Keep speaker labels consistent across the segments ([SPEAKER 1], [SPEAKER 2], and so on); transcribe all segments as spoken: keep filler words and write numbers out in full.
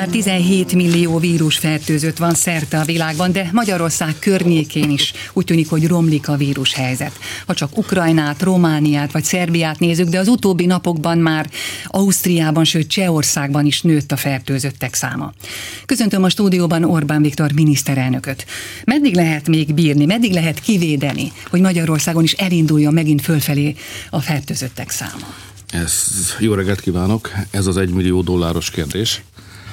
[SPEAKER 1] már tizenhét millió vírusfertőzött van szerte a világban, de Magyarország környékén is úgy tűnik, hogy romlik a vírushelyzet. Ha csak Ukrajnát, Romániát vagy Szerbiát nézzük, de az utóbbi napokban már Ausztriában, sőt Csehországban is nőtt a fertőzöttek száma. Köszöntöm a stúdióban Orbán Viktor miniszterelnököt. Meddig lehet még bírni, meddig lehet kivédeni, hogy Magyarországon is elinduljon megint fölfelé a fertőzöttek száma?
[SPEAKER 2] Ez, jó reggelt kívánok! Ez az egymillió dolláros kérdés.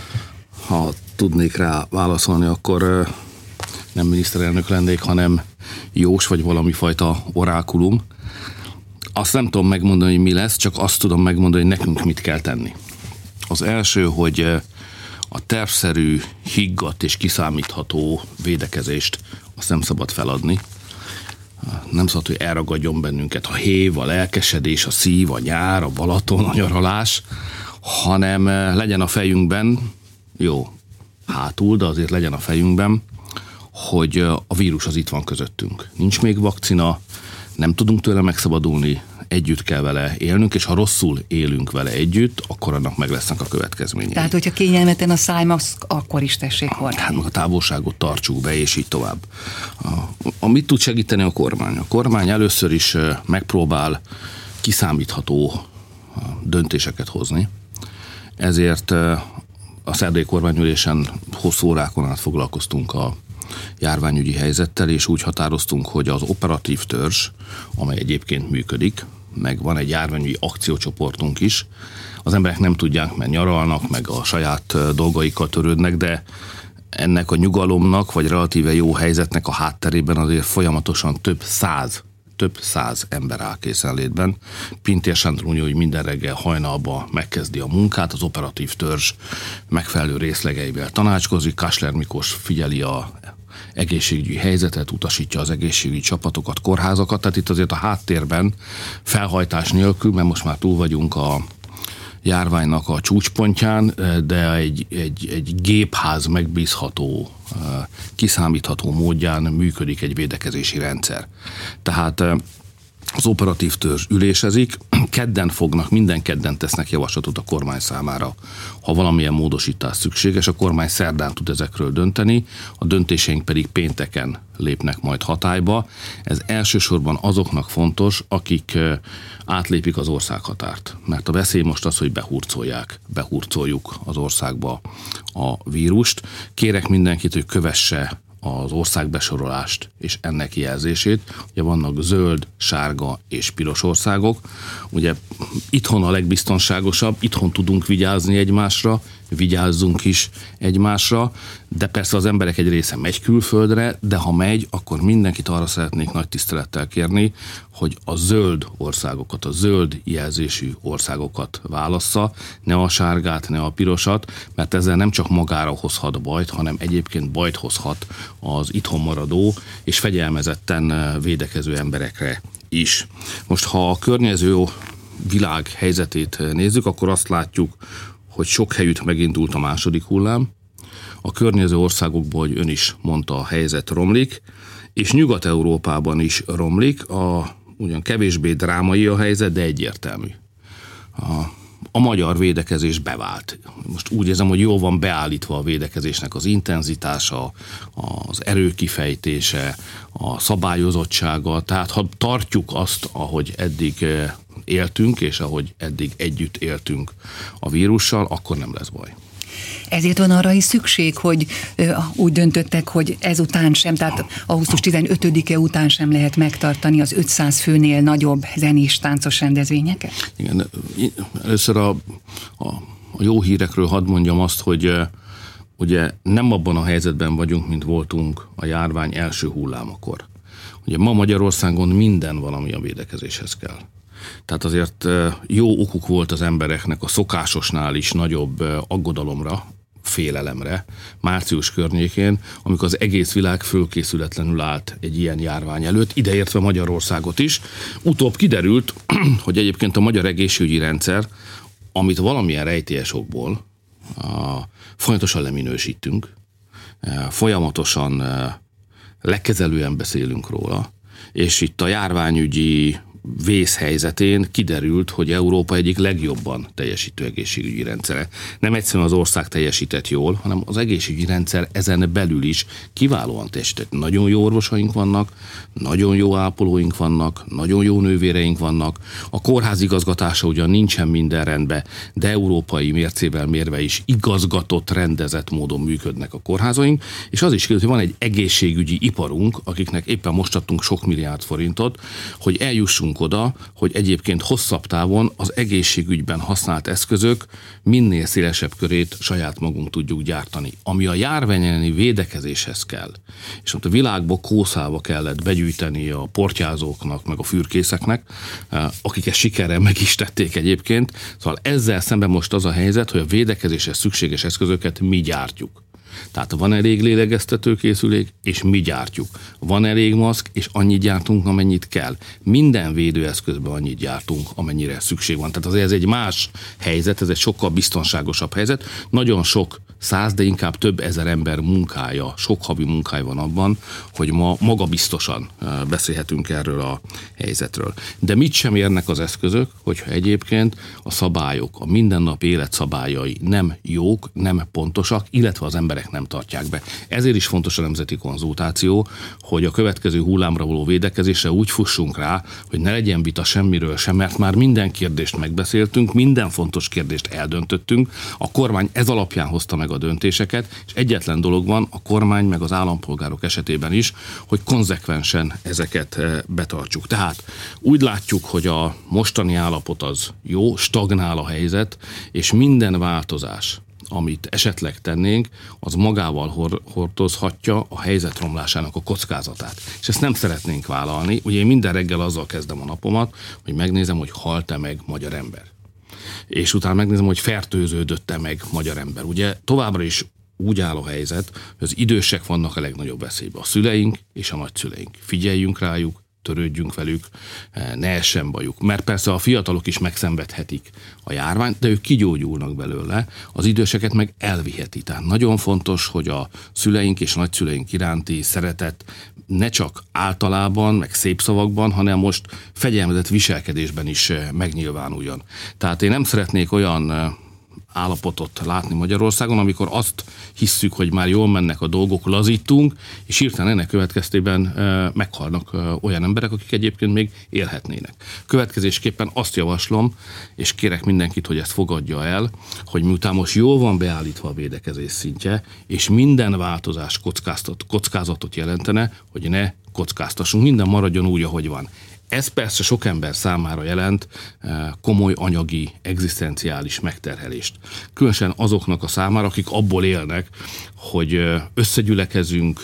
[SPEAKER 2] Ha tudnék rá válaszolni, akkor nem miniszterelnök lennék, hanem Jós vagy valami fajta orákulum. Azt nem tudom megmondani, hogy mi lesz, csak azt tudom megmondani, hogy nekünk mit kell tenni. Az első, hogy a tervszerű, higgadt és kiszámítható védekezést azt nem szabad feladni. Nem szabad, hogy elragadjon bennünket a hév, a lelkesedés, a szív, a nyár, a Balaton, a nyaralás, hanem legyen a fejünkben, jó, hátul, de azért legyen a fejünkben, hogy a vírus az itt van közöttünk. Nincs még vakcina, nem tudunk tőle megszabadulni, együtt kell vele élnünk, és ha rosszul élünk vele együtt, akkor annak meg lesznek a következményei.
[SPEAKER 1] Tehát, hogyha kényelmetlen a szájmaszk, akkor is tessék hordani.
[SPEAKER 2] Hát meg a távolságot tartsuk be, és így tovább. Amit tud segíteni a kormány? A kormány először is megpróbál kiszámítható döntéseket hozni. Ezért a szerdai kormányülésen hosszú órákon át foglalkoztunk a járványügyi helyzettel, és úgy határoztunk, hogy az operatív törzs, amely egyébként működik, meg van egy járványügyi akciócsoportunk is. Az emberek nem tudják, mert nyaralnak, meg a saját dolgaikkal törődnek, de ennek a nyugalomnak, vagy relatíve jó helyzetnek a hátterében azért folyamatosan több száz, több száz ember áll készenlétben. Pintér Sándor úgy, hogy minden reggel hajnalban megkezdi a munkát, az operatív törzs megfelelő részlegeivel tanácskozik, Kásler Miklós figyeli a egészségügyi helyzetet, utasítja az egészségügyi csapatokat, kórházakat, tehát itt azért a háttérben felhajtás nélkül, mert most már túl vagyunk a járványnak a csúcspontján, de egy, egy, egy gépház megbízható, kiszámítható módján működik egy védekezési rendszer. Tehát az operatív törzs ülésezik, kedden fognak, minden kedden tesznek javaslatot a kormány számára, ha valamilyen módosítás szükséges, a kormány szerdán tud ezekről dönteni, a döntéseink pedig pénteken lépnek majd hatályba. Ez elsősorban azoknak fontos, akik átlépik az országhatárt. Mert a veszély most az, hogy behurcolják, behurcoljuk az országba a vírust. Kérek mindenkit, hogy kövesse az országbesorolást és ennek jelzését. Ugye vannak zöld, sárga és piros országok. Ugye itthon a legbiztonságosabb, itthon tudunk vigyázni egymásra, vigyázzunk is egymásra, de persze az emberek egy része megy külföldre, de ha megy, akkor mindenkit arra szeretnék nagy tisztelettel kérni, hogy a zöld országokat, a zöld jelzésű országokat válassza, ne a sárgát, ne a pirosat, mert ezzel nem csak magára hozhat bajt, hanem egyébként bajt hozhat az itthon maradó és fegyelmezetten védekező emberekre is. Most, ha a környező világ helyzetét nézzük, akkor azt látjuk, hogy sok helyütt megindult a második hullám, a környező országokból, hogy ön is mondta, a helyzet romlik, és Nyugat-Európában is romlik, a, ugyan kevésbé drámai a helyzet, de egyértelmű. A, a magyar védekezés bevált. Most úgy érzem, hogy jól van beállítva a védekezésnek az intenzitása, az erőkifejtése, a szabályozottsága, tehát ha tartjuk azt, ahogy eddig éltünk, és ahogy eddig együtt éltünk a vírussal, akkor nem lesz baj.
[SPEAKER 1] Ezért van arra is szükség, hogy úgy döntöttek, hogy ezután sem, tehát augusztus tizenötödike után sem lehet megtartani az ötszáz főnél nagyobb zenés, táncos rendezvényeket?
[SPEAKER 2] Igen, először a, a, a jó hírekről hadd mondjam azt, hogy ugye nem abban a helyzetben vagyunk, mint voltunk a járvány első hullámakor. Ugye ma Magyarországon minden valami a védekezéshez kell. Tehát azért jó okuk volt az embereknek a szokásosnál is nagyobb aggodalomra, félelemre március környékén, amikor az egész világ fölkészületlenül állt egy ilyen járvány előtt, ideértve Magyarországot is. Utóbb kiderült, hogy egyébként a magyar egészségügyi rendszer, amit valamilyen rejtélyes okból a, folyamatosan leminősítünk, folyamatosan lekezelően beszélünk róla, és itt a járványügyi vészhelyzetén kiderült, hogy Európa egyik legjobban teljesítő egészségügyi rendszere. Nem egyszerűen az ország teljesített jól, hanem az egészségügyi rendszer ezen belül is kiválóan teljesített. Nagyon jó orvosaink vannak, nagyon jó ápolóink vannak, nagyon jó nővéreink vannak. A kórház igazgatása ugyan nincsen minden rendben, de európai mércével mérve is igazgatott, rendezett módon működnek a kórházaink, és az is kérdez, hogy van egy egészségügyi iparunk, akiknek éppen most adtunk sok milliárd forintot, hogy eljussunk oda, hogy egyébként hosszabb távon az egészségügyben használt eszközök minél szélesebb körét saját magunk tudjuk gyártani. Ami a járvány elleni védekezéshez kell, és ott a világba kószába kellett begyűjteni a portyázóknak, meg a fürkészeknek, akik ezt sikerrel meg is tették egyébként. Szóval ezzel szemben most az a helyzet, hogy a védekezéshez szükséges eszközöket mi gyártjuk. Tehát van elég lélegeztetőkészülék, és mi gyártjuk. Van elég maszk, és annyit gyártunk, amennyit kell. Minden védőeszközben annyit gyártunk, amennyire szükség van. Tehát azért ez egy más helyzet, ez egy sokkal biztonságosabb helyzet. Nagyon sok száz, de inkább több ezer ember munkája, sok havi munkája van abban, hogy ma magabiztosan beszélhetünk erről a helyzetről. De mit sem érnek az eszközök, hogyha egyébként a szabályok, a mindennapi élet szabályai nem jók, nem pontosak, illetve az emberek nem tartják be. Ezért is fontos a nemzeti konzultáció, hogy a következő hullámra való védekezésre úgy fussunk rá, hogy ne legyen vita semmiről sem, mert már minden kérdést megbeszéltünk, minden fontos kérdést eldöntöttünk, a kormány ez alapján hozta meg a döntéseket, és egyetlen dolog van a kormány meg az állampolgárok esetében is, hogy konzekvensen ezeket betartsuk. Tehát úgy látjuk, hogy a mostani állapot az jó, stagnál a helyzet, és minden változás, amit esetleg tennénk, az magával hordozhatja a helyzet romlásának a kockázatát. És ezt nem szeretnénk vállalni. Ugye én minden reggel azzal kezdem a napomat, hogy megnézem, hogy halt-e meg magyar ember. És utána megnézem, hogy fertőződött-e meg magyar ember. Ugye továbbra is úgy áll a helyzet, hogy az idősek vannak a legnagyobb veszélyben. A szüleink és a nagyszüleink. Figyeljünk rájuk, törődjünk velük, ne essen bajuk. Mert persze a fiatalok is megszenvedhetik a járványt, de ők kigyógyulnak belőle, az időseket meg elviheti. Tehát nagyon fontos, hogy a szüleink és nagyszüleink iránti szeretet ne csak általában, meg szép szavakban, hanem most fegyelmezett viselkedésben is megnyilvánuljon. Tehát én nem szeretnék olyan állapotot látni Magyarországon, amikor azt hisszük, hogy már jól mennek a dolgok, lazítunk, és hirtelen ennek következtében e, meghalnak e, olyan emberek, akik egyébként még élhetnének. Következésképpen azt javaslom, és kérek mindenkit, hogy ezt fogadja el, hogy miután most jól van beállítva a védekezés szintje, és minden változás kockázatot, kockázatot jelentene, hogy ne kockáztassunk, minden maradjon úgy, ahogy van. Ez persze sok ember számára jelent komoly anyagi, egzisztenciális megterhelést. Különösen azoknak a számára, akik abból élnek, hogy összegyülekezünk,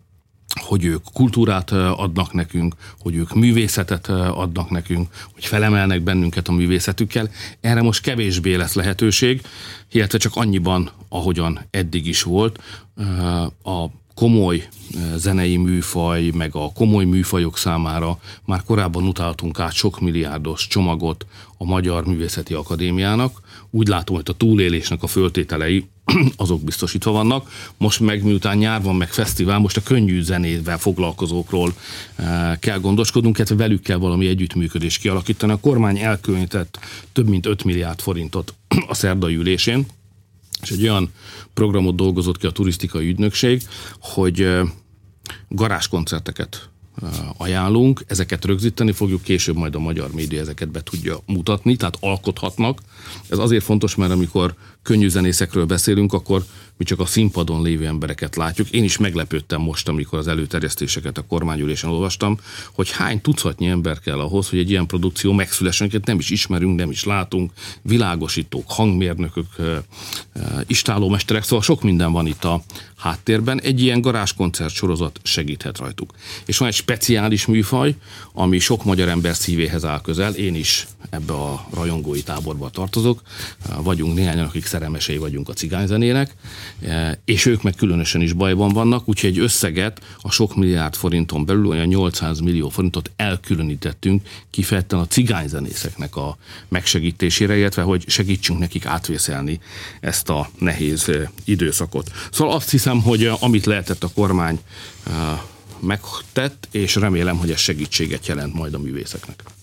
[SPEAKER 2] hogy ők kultúrát adnak nekünk, hogy ők művészetet adnak nekünk, hogy felemelnek bennünket a művészetükkel. Erre most kevésbé lesz lehetőség, illetve csak annyiban, ahogyan eddig is volt. A komoly zenei műfaj, meg a komoly műfajok számára már korábban utaltunk át sok milliárdos csomagot a Magyar Művészeti Akadémiának. Úgy látom, hogy a túlélésnek a föltételei azok biztosítva vannak. Most meg miután nyár van, meg fesztivál, most a könnyű zenével foglalkozókról kell gondoskodnunk, illetve velük kell valami együttműködést kialakítani. A kormány elkülönített több mint öt milliárd forintot a szerdai ülésén, és egy olyan programot dolgozott ki a turisztikai ügynökség, hogy garázskoncerteket ajánlunk, ezeket rögzíteni fogjuk, később majd a magyar média ezeket be tudja mutatni, tehát alkothatnak. Ez azért fontos, mert amikor könnyű zenészekről beszélünk, akkor mi csak a színpadon lévő embereket látjuk. Én is meglepődtem most, amikor az előterjesztéseket a kormányülésen olvastam, hogy hány tucatnyi ember kell ahhoz, hogy egy ilyen produkció megszülessen, amiket nem is ismerünk, nem is látunk, világosítók, hangmérnökök, istállómesterek, szóval sok minden van itt a háttérben. Egy ilyen garázskoncert sorozat segíthet rajtuk. És van egy speciális műfaj, ami sok magyar ember szívéhez áll közel, én is ebbe a rajongói táborba tartozok, vagyunk néhányan, akik szerelmesei vagyunk a cigányzenének, és ők meg különösen is bajban vannak, úgyhogy egy összeget a sok milliárd forinton belül, olyan nyolcszáz millió forintot elkülönítettünk kifejezetten a cigányzenészeknek a megsegítésére, illetve hogy segítsünk nekik átvészelni ezt a nehéz időszakot. Szóval azt hiszem, hogy amit lehetett a kormány megtett, és remélem, hogy ez segítséget jelent majd a művészeknek.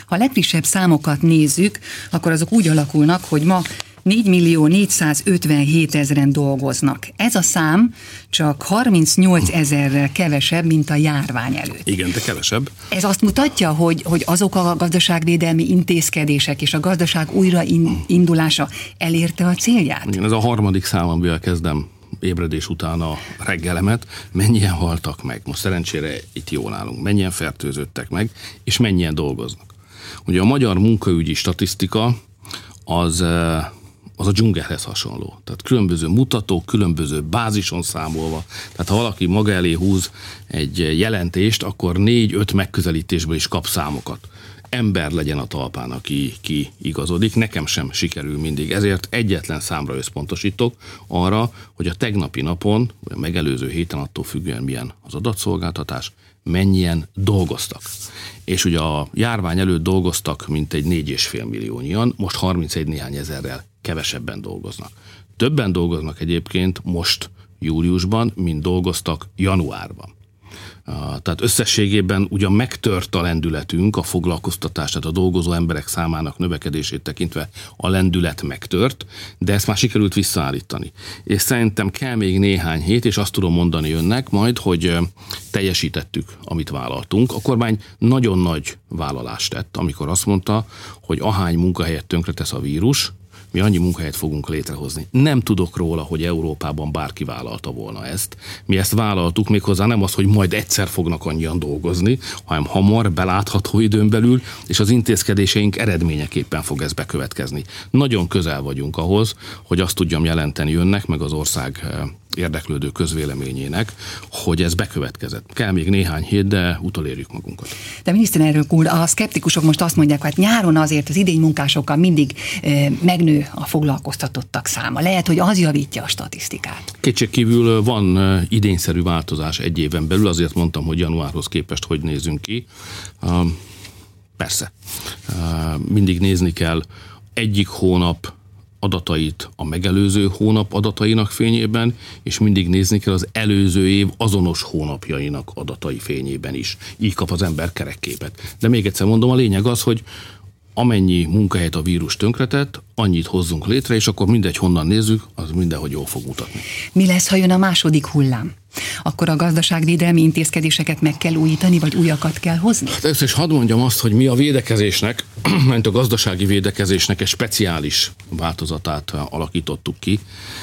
[SPEAKER 1] Ha a legfrissebb számokat nézzük, akkor azok úgy alakulnak, hogy ma négy millió négyszázötvenhét ezeren dolgoznak. Ez a szám csak harmincnyolc ezerrel kevesebb, mint a járvány előtt.
[SPEAKER 2] Igen, de kevesebb.
[SPEAKER 1] Ez azt mutatja, hogy, hogy azok a gazdaságvédelmi intézkedések és a gazdaság újraindulása elérte a célját?
[SPEAKER 2] Igen, ez a harmadik szám, amivel kezdem ébredés után a reggelemet. Mennyien haltak meg? Most szerencsére itt jól állunk. Mennyien fertőzöttek meg, és mennyien dolgoznak? Ugye a magyar munkaügyi statisztika az... az a dzsungelhez hasonló. Tehát különböző mutatók, különböző bázison számolva. Tehát ha valaki maga elé húz egy jelentést, akkor négy-öt megközelítésből is kap számokat. Ember legyen a talpán, aki ki igazodik. Nekem sem sikerül mindig. Ezért egyetlen számra összpontosítok arra, hogy a tegnapi napon, vagy a megelőző héten attól függően milyen az adatszolgáltatás, mennyien dolgoztak. És ugye a járvány előtt dolgoztak mintegy négy és fél milliónyian, most harmincegy néhány ezerrel kevesebben dolgoznak. Többen dolgoznak egyébként most júliusban, mint dolgoztak januárban. Tehát összességében ugyan megtört a lendületünk, a foglalkoztatás, tehát a dolgozó emberek számának növekedését tekintve a lendület megtört, de ezt már sikerült visszaállítani. És szerintem kell még néhány hét, és azt tudom mondani önnek majd, hogy teljesítettük, amit vállaltunk. A kormány nagyon nagy vállalást tett, amikor azt mondta, hogy ahány munkahelyet tönkretesz a vírus, mi annyi munkahelyet fogunk létrehozni. Nem tudok róla, hogy Európában bárki vállalta volna ezt. Mi ezt vállaltuk, méghozzá nem az, hogy majd egyszer fognak annyian dolgozni, hanem hamar, belátható időn belül, és az intézkedéseink eredményeképpen fog ez bekövetkezni. Nagyon közel vagyunk ahhoz, hogy azt tudjam jelenteni önnek, meg az ország érdeklődő közvéleményének, hogy ez bekövetkezett. Kell még néhány hét, de utolérjük magunkat.
[SPEAKER 1] De miniszterelnök úr, a szkeptikusok most azt mondják, hogy nyáron azért az idény munkásokkal mindig e, megnő a foglalkoztatottak száma. Lehet, hogy az javítja a statisztikát.
[SPEAKER 2] Kétségkívül van idényszerű változás egy éven belül, azért mondtam, hogy januárhoz képest hogy nézünk ki. Uh, persze. Uh, mindig nézni kell egyik hónap adatait a megelőző hónap adatainak fényében, és mindig nézni kell az előző év azonos hónapjainak adatai fényében is. Így kap az ember kerekképet. De még egyszer mondom, a lényeg az, hogy amennyi munkahelyet a vírus tönkretett, annyit hozzunk létre, és akkor mindegy honnan nézzük, az mindenhogy jól fog mutatni.
[SPEAKER 1] Mi lesz, ha jön a második hullám? Akkor a gazdaságvédelmi intézkedéseket meg kell újítani, vagy újakat kell hozni?
[SPEAKER 2] Hát először is hadd mondjam azt, hogy mi a védekezésnek, mert a gazdasági védekezésnek egy speciális változatát alakítottuk ki.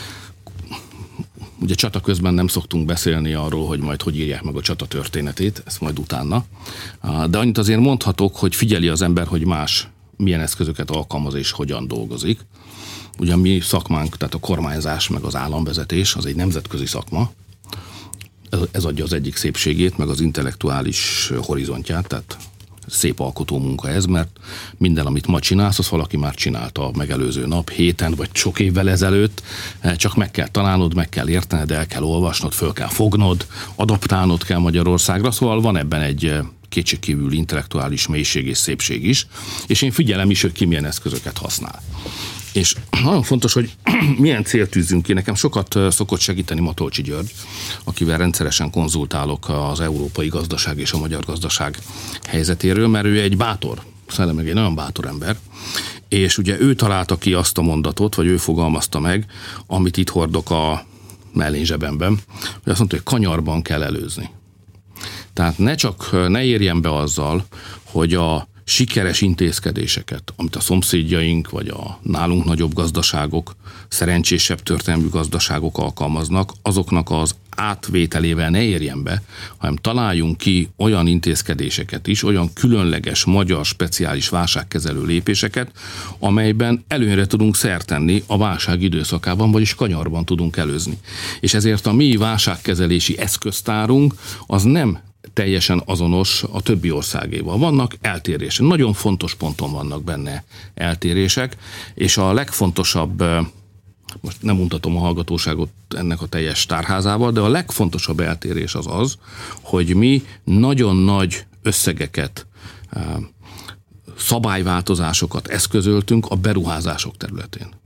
[SPEAKER 2] Ugye csata közben nem szoktunk beszélni arról, hogy majd hogy írják meg a csata történetét, ezt majd utána. De annyit azért mondhatok, hogy figyeli az ember, hogy más milyen eszközöket alkalmaz és hogyan dolgozik. Ugyan mi szakmánk, tehát a kormányzás meg az államvezetés, az egy nemzetközi szakma. Ez adja az egyik szépségét, meg az intellektuális horizontját, tehát szép alkotó munka ez, mert minden, amit ma csinálsz, az valaki már csinálta a megelőző nap, héten vagy sok évvel ezelőtt, csak meg kell találnod, meg kell értened, el kell olvasnod, föl kell fognod, adaptálnod kell Magyarországra, szóval van ebben egy kétségkívül intellektuális mélység és szépség is, és én figyelem is, hogy ki milyen eszközöket használ. És nagyon fontos, hogy milyen célt tűzünk ki. Nekem sokat szokott segíteni Matolcsy György, akivel rendszeresen konzultálok az európai gazdaság és a magyar gazdaság helyzetéről, mert ő egy bátor, szellemileg egy nagyon bátor ember, és ugye ő találta ki azt a mondatot, vagy ő fogalmazta meg, amit itt hordok a mellényzsebemben, hogy azt mondta, hogy kanyarban kell előzni. Tehát ne csak, ne érjen be azzal, hogy a sikeres intézkedéseket, amit a szomszédjaink, vagy a nálunk nagyobb gazdaságok, szerencsésebb történelmű gazdaságok alkalmaznak, azoknak az átvételével ne érjen be, hanem találjunk ki olyan intézkedéseket is, olyan különleges magyar speciális válságkezelő lépéseket, amelyben előnyre tudunk szert tenni a válság időszakában, vagyis kanyarban tudunk előzni. És ezért a mi válságkezelési eszköztárunk az nem teljesen azonos a többi országéval. Vannak eltérések. Nagyon fontos ponton vannak benne eltérések, és a legfontosabb, most nem mutatom a hallgatóságot ennek a teljes tárházával, de a legfontosabb eltérés az az, hogy mi nagyon nagy összegeket, szabályváltozásokat eszközöltünk a beruházások területén.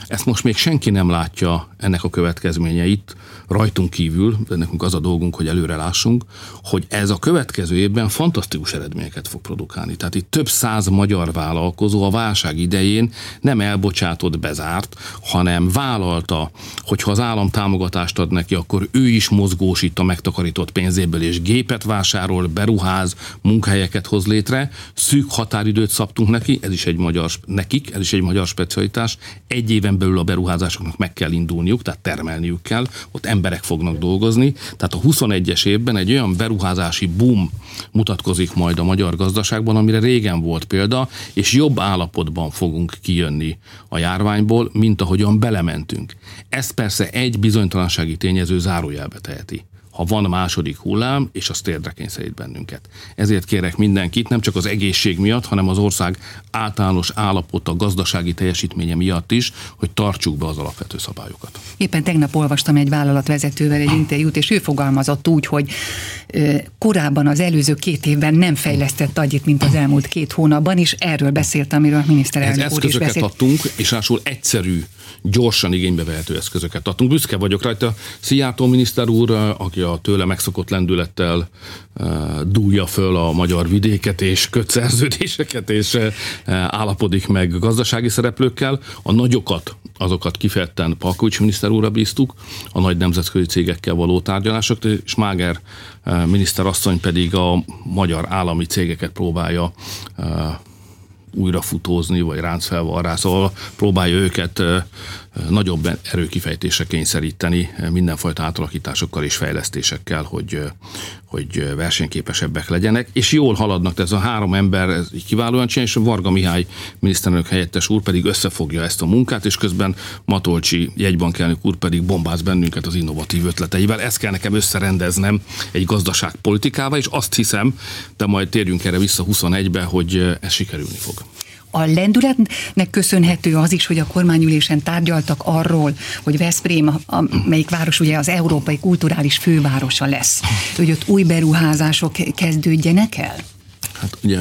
[SPEAKER 2] Ezt most még senki nem látja ennek a következményeit, rajtunk kívül, de nekünk az a dolgunk, hogy előre lássunk, hogy ez a következő évben fantasztikus eredményeket fog produkálni. Tehát itt több száz magyar vállalkozó a válság idején nem elbocsátott, bezárt, hanem vállalta, hogy ha az állam támogatást ad neki, akkor ő is mozgósít a megtakarított pénzéből, és gépet vásárol, beruház, munkahelyeket hoz létre. Szűk határidőt szabtunk neki, ez is egy magyar, nekik, ez is egy magyar specialitás. Egy éven belül a beruházásoknak meg kell indulniuk, tehát termelniük kell, ott emberek fognak dolgozni. Tehát a huszonegyes évben egy olyan beruházási boom mutatkozik majd a magyar gazdaságban, amire régen volt példa, és jobb állapotban fogunk kijönni a járványból, mint ahogyan belementünk. Ez persze egy bizonytalansági tényező zárójelbe teheti, ha van második hullám, és az térdre kényszerít bennünket. Ezért kérek mindenkit, nem csak az egészség miatt, hanem az ország általános állapota, gazdasági teljesítménye miatt is, hogy tartsuk be az alapvető szabályokat.
[SPEAKER 1] Éppen tegnap olvastam egy vállalatvezetővel egy interjút, és ő fogalmazott úgy, hogy korábban az előző két évben nem fejlesztett annyit, mint az elmúlt két hónapban, és erről beszélt, amiről a miniszterelnök úr is beszélt.
[SPEAKER 2] Eszközöket adtunk, és rásul egyszerű, gyorsan igénybe vehető eszközöket adtunk. Büszke vagyok rajta. Szijjártó miniszter úr, aki a tőle megszokott lendülettel uh, dúlja föl a magyar vidéket és köt szerződéseket, és uh, állapodik meg gazdasági szereplőkkel. A nagyokat, azokat kifejezetten Palkovics miniszter úrra bíztuk, a nagy nemzetközi cégekkel való tárgyalások, és Máger uh, miniszter asszony pedig a magyar állami cégeket próbálja uh, újrafutózni, vagy ráncfelvarrá, szóval próbálja őket nagyobb erőkifejtésre kényszeríteni mindenfajta átalakításokkal és fejlesztésekkel, hogy, hogy versenyképesebbek legyenek, és jól haladnak, ez a három ember ez kiválóan csinálja, és Varga Mihály miniszterelnök helyettes úr pedig összefogja ezt a munkát, és közben Matolcsi jegybankelnök úr pedig bombáz bennünket az innovatív ötleteivel. Ezt kell nekem összerendeznem egy gazdaságpolitikával, és azt hiszem, de majd térjünk erre vissza huszonegybe, hogy ez sikerülni fog.
[SPEAKER 1] A lendületnek köszönhető az is, hogy a kormányülésen tárgyaltak arról, hogy Veszprém, amelyik város ugye az európai kulturális fővárosa lesz, hogy ott új beruházások kezdődjenek el?
[SPEAKER 2] Hát ugye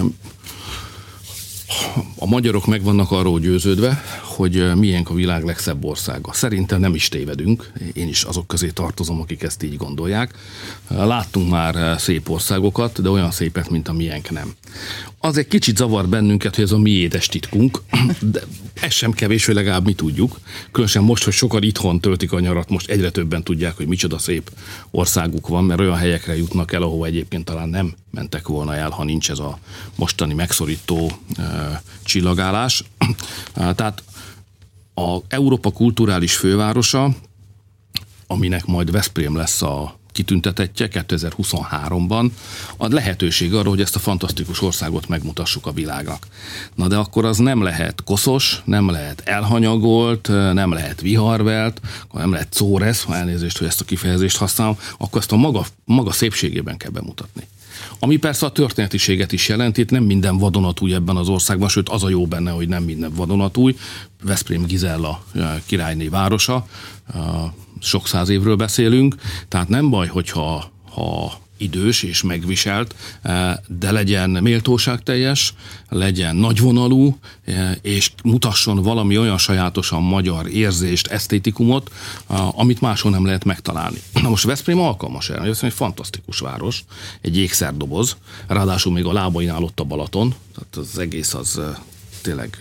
[SPEAKER 2] a magyarok meg vannak arról győződve, hogy milyen a világ legszebb országa. Szerintem nem is tévedünk, én is azok közé tartozom, akik ezt így gondolják. Láttunk már szép országokat, de olyan szépet, mint a miénk nem. Az egy kicsit zavar bennünket, hogy ez a mi édes titkunk, de ez sem kevés, hogy legalább mi tudjuk. Különösen most, hogy sokan itthon töltik a nyarat, most egyre többen tudják, hogy micsoda szép országuk van, mert olyan helyekre jutnak el, ahova egyébként talán nem mentek volna el, ha nincs ez a mostani megszorító uh, csillagállás. Uh, tehát az Európa kulturális fővárosa, aminek majd Veszprém lesz a kitüntetettje kétezer-huszonháromban, ad lehetőség arra, hogy ezt a fantasztikus országot megmutassuk a világnak. Na de akkor az nem lehet koszos, nem lehet elhanyagolt, nem lehet viharvert, nem lehet córesz, ha elnézést, hogy ezt a kifejezést használom, akkor ezt a maga, maga szépségében kell bemutatni. Ami persze a történetiséget is jelenti, itt nem minden vadonatúj ebben az országban, sőt az a jó benne, hogy nem minden vadonatúj. Veszprém Gizella királyné városa, sok száz évről beszélünk, tehát nem baj, hogyha ha idős és megviselt, de legyen méltóságteljes, legyen nagyvonalú, és mutasson valami olyan sajátosan magyar érzést, esztétikumot, amit máshol nem lehet megtalálni. Na most Veszprém alkalmas erre, hogy egy fantasztikus város, egy ékszerdoboz, ráadásul még a lábainál ott a Balaton, tehát az egész az tényleg,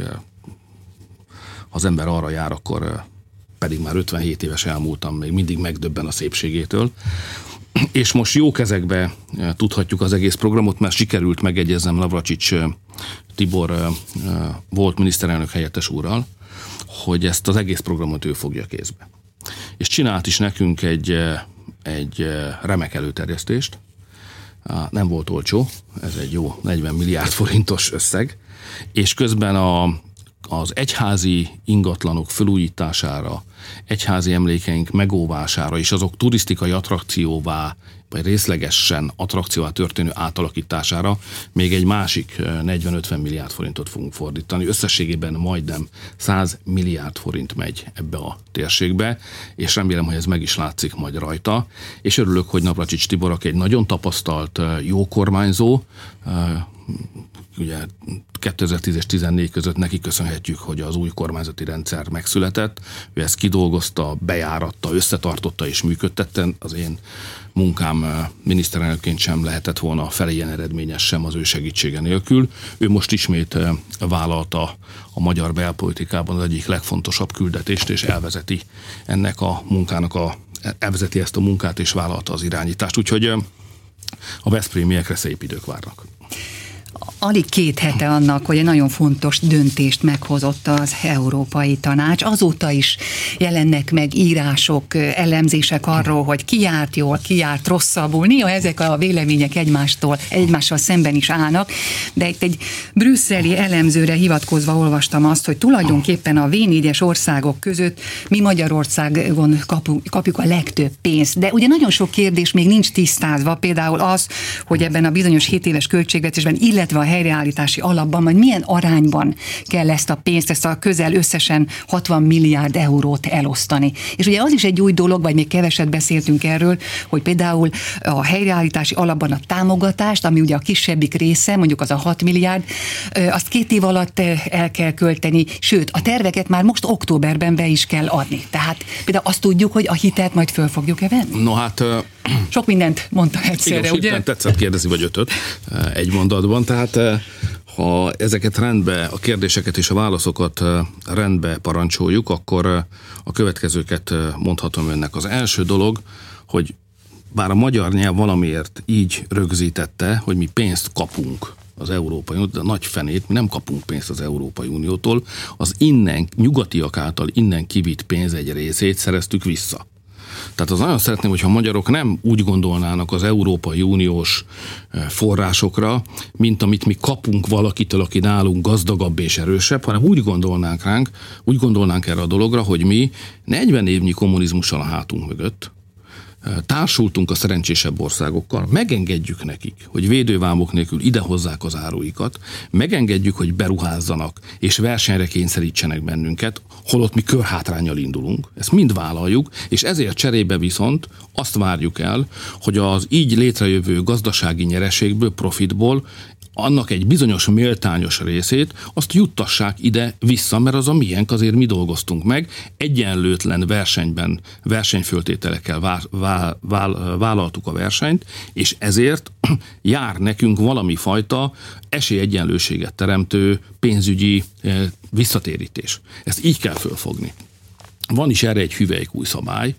[SPEAKER 2] ha az ember arra jár, akkor pedig már ötvenhét éves elmúltam, még mindig megdöbben a szépségétől. És most jó kezekbe tudhatjuk az egész programot, mert sikerült megegyeznem Navracsics Tibor volt miniszterelnök helyettes úrral, hogy ezt az egész programot ő fogja kézbe. És csinált is nekünk egy, egy remek előterjesztést. Nem volt olcsó, ez egy jó negyven milliárd forintos összeg, és közben a az egyházi ingatlanok felújítására, egyházi emlékeink megóvására és azok turisztikai attrakcióvá, vagy részlegesen attrakcióvá történő átalakítására még egy másik negyven-ötven milliárd forintot fogunk fordítani. Összességében majdnem száz milliárd forint megy ebbe a térségbe, és remélem, hogy ez meg is látszik majd rajta. És örülök, hogy Navracsics Tibor, aki egy nagyon tapasztalt, jó kormányzó, ugye kétezer-tíz és tizennégy között neki köszönhetjük, hogy az új kormányzati rendszer megszületett. Ő ezt kidolgozta, bejáratta, összetartotta és működtette. Az én munkám miniszterelnökként sem lehetett volna fele ilyen eredményes sem az ő segítsége nélkül. Ő most ismét vállalta a magyar belpolitikában az egyik legfontosabb küldetést, és elvezeti ennek a munkának a, elvezeti ezt a munkát, és vállalta az irányítást. Úgyhogy a veszprémiekre szép idők várnak.
[SPEAKER 1] Alig két hete annak, hogy egy nagyon fontos döntést meghozott az Európai Tanács. Azóta is jelennek meg írások, elemzések arról, hogy ki járt jól, ki járt rosszabbul. Néha ezek a vélemények egymástól, egymással szemben is állnak, de itt egy brüsszeli elemzőre hivatkozva olvastam azt, hogy tulajdonképpen a vé négyes országok között mi Magyarországon kapunk, kapjuk a legtöbb pénzt. De ugye nagyon sok kérdés még nincs tisztázva, például az, hogy ebben a bizonyos hét éves költségvetésben, illetve a helyreállítási alapban, majd milyen arányban kell ezt a pénzt, ezt a közel összesen hatvan milliárd eurót elosztani. És ugye az is egy új dolog, vagy még keveset beszéltünk erről, hogy például a helyreállítási alapban a támogatást, ami ugye a kisebbik része, mondjuk az a hat milliárd, azt két év alatt el kell költeni, sőt, a terveket már most októberben be is kell adni. Tehát például azt tudjuk, hogy a hitelt majd föl fogjuk-e venni?
[SPEAKER 2] No hát...
[SPEAKER 1] Sok mindent mondtam egyszerre,
[SPEAKER 2] igen, ugye? Tetszett kérdezni, vagy ötöt egy mondatban, tehát ha ezeket rendbe, a kérdéseket és a válaszokat rendbe parancsoljuk, akkor a következőket mondhatom önnek. Az első dolog, hogy bár a magyar nyelv valamiért így rögzítette, hogy mi pénzt kapunk az Európai Unió, de nagy fenét, mi nem kapunk pénzt az Európai Uniótól, az innen, nyugatiak által innen kivitt pénz egy részét szereztük vissza. Tehát az nagyon szeretném, hogyha a magyarok nem úgy gondolnának az Európai Uniós forrásokra, mint amit mi kapunk valakitől, aki nálunk gazdagabb és erősebb, hanem úgy gondolnánk ránk, úgy gondolnánk erre a dologra, hogy mi negyven évnyi kommunizmussal a hátunk mögött társultunk a szerencsésebb országokkal, megengedjük nekik, hogy védővámok nélkül idehozzák az áruikat, megengedjük, hogy beruházzanak és versenyre kényszerítsenek bennünket, holott mi körhátránnyal indulunk, ezt mind vállaljuk, és ezért cserébe viszont azt várjuk el, hogy az így létrejövő gazdasági nyereségből, profitból annak egy bizonyos méltányos részét, azt juttassák ide vissza, mert az a miénk, azért mi dolgoztunk meg, egyenlőtlen versenyben, versenyföltételekkel vá, vá, vá, vállaltuk a versenyt, és ezért jár nekünk valami fajta esélyegyenlőséget teremtő pénzügyi visszatérítés. Ezt így kell fölfogni. Van is erre egy hüvelyk új szabály,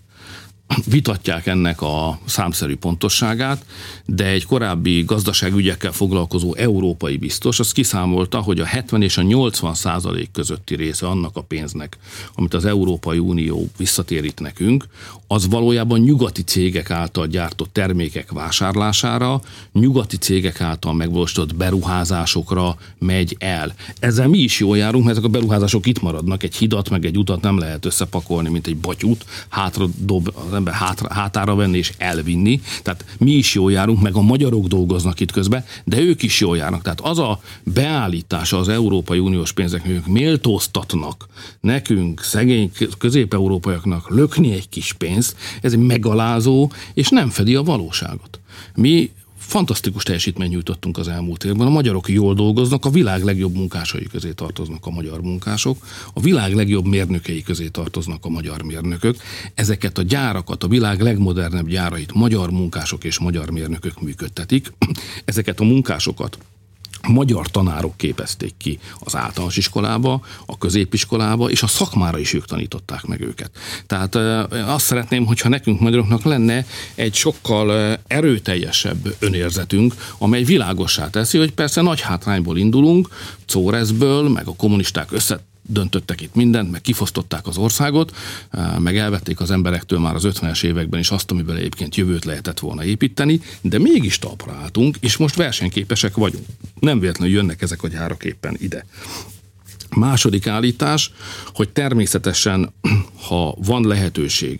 [SPEAKER 2] vitatják ennek a számszerű pontosságát, de egy korábbi gazdaságügyekkel foglalkozó európai biztos, az kiszámolta, hogy a hetven és a nyolcvan százalék közötti része annak a pénznek, amit az Európai Unió visszatérít nekünk, az valójában nyugati cégek által gyártott termékek vásárlására, nyugati cégek által megvalósított beruházásokra megy el. Ezzel mi is jól járunk, mert ezek a beruházások itt maradnak, egy hidat meg egy utat nem lehet összepakolni, mint egy batyút, hátra dob az ember hátra, hátára venni és elvinni. Tehát mi is jól járunk, meg a magyarok dolgoznak itt közben, de ők is jól járnak. Tehát az a beállítása az Európai Uniós pénzeknek, ők méltóztatnak nekünk, szegény közép-európaiaknak lökni egy kis pénzt, ez egy megalázó, és nem fedi a valóságot. Mi fantasztikus teljesítményt nyújtottunk az elmúlt évben. A magyarok jól dolgoznak, a világ legjobb munkásai közé tartoznak a magyar munkások, a világ legjobb mérnökei közé tartoznak a magyar mérnökök. Ezeket a gyárakat, a világ legmodernebb gyárait magyar munkások és magyar mérnökök működtetik. Ezeket a munkásokat magyar tanárok képezték ki az általános iskolába, a középiskolába, és a szakmára is ők tanították meg őket. Tehát azt szeretném, hogyha nekünk magyaroknak lenne egy sokkal erőteljesebb önérzetünk, amely világossá teszi, hogy persze nagy hátrányból indulunk, Czórezből, meg a kommunisták össze döntöttek itt mindent, meg kifosztották az országot, meg elvették az emberektől már az ötvenes években is azt, amiből egyébként jövőt lehetett volna építeni, de mégis talpra álltunk, és most versenyképesek vagyunk. Nem véletlenül jönnek ezek a gyárak éppen ide. Második állítás, hogy természetesen, ha van lehetőség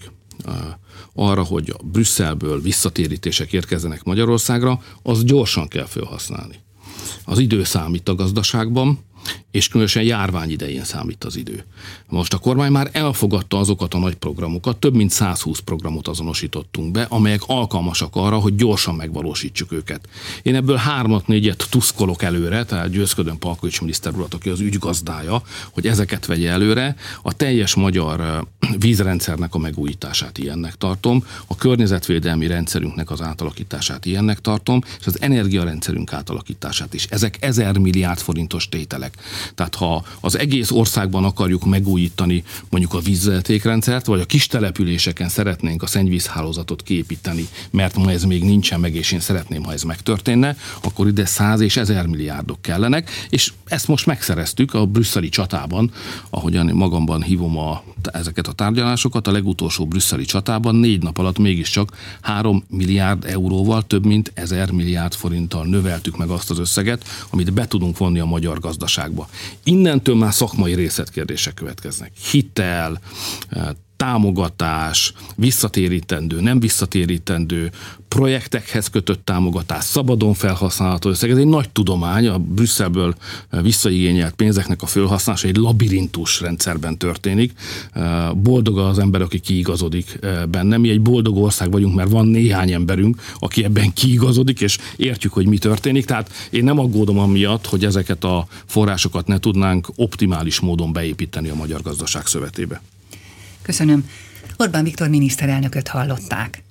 [SPEAKER 2] arra, hogy a Brüsszelből visszatérítések érkezzenek Magyarországra, az gyorsan kell felhasználni. Az idő számít a gazdaságban, és különösen járvány idején számít az idő. Most a kormány már elfogadta azokat a nagy programokat, több mint százhúsz programot azonosítottunk be, amelyek alkalmasak arra, hogy gyorsan megvalósítsuk őket. Én ebből hármat, négyet tuszkolok előre, tehát győzködöm Palkovics miniszter urat, aki az ügygazdája, hogy ezeket vegye előre. A teljes magyar vízrendszernek a megújítását ilyennek tartom, a környezetvédelmi rendszerünknek az átalakítását ilyennek tartom, és az energiarendszerünk átalakítását is. Ezek ezer milliárd forintos tételek. Tehát ha az egész országban akarjuk megújítani mondjuk a vízvezetékrendszert, vagy a kis településeken szeretnénk a szennyvízhálózatot kiépíteni, mert ma ez még nincsen meg, és én szeretném, ha ez megtörténne, akkor ide száz és ezer milliárdok kellenek, és ezt most megszereztük a brüsszeli csatában, ahogyan magamban hívom a, ezeket a tárgyalásokat, a legutolsó brüsszeli csatában négy nap alatt mégiscsak három milliárd euróval, több mint ezer milliárd forinttal növeltük meg azt az összeget, amit be tudunk vonni a magyar gazdaságba. Innentől már szakmai részletkérdések következnek. Hitel, támogatás, visszatérítendő, nem visszatérítendő, projektekhez kötött támogatás, szabadon felhasználható összeg. Ez egy nagy tudomány, a Brüsszelből visszaigényelt pénzeknek a felhasználása egy labirintus rendszerben történik. Boldog az ember, aki kiigazodik benne. Mi egy boldog ország vagyunk, mert van néhány emberünk, aki ebben kiigazodik, és értjük, hogy mi történik. Tehát én nem aggódom amiatt, hogy ezeket a forrásokat ne tudnánk optimális módon beépíteni a magyar gazdaság szövetébe.
[SPEAKER 1] Köszönöm. Orbán Viktor miniszterelnököt hallották.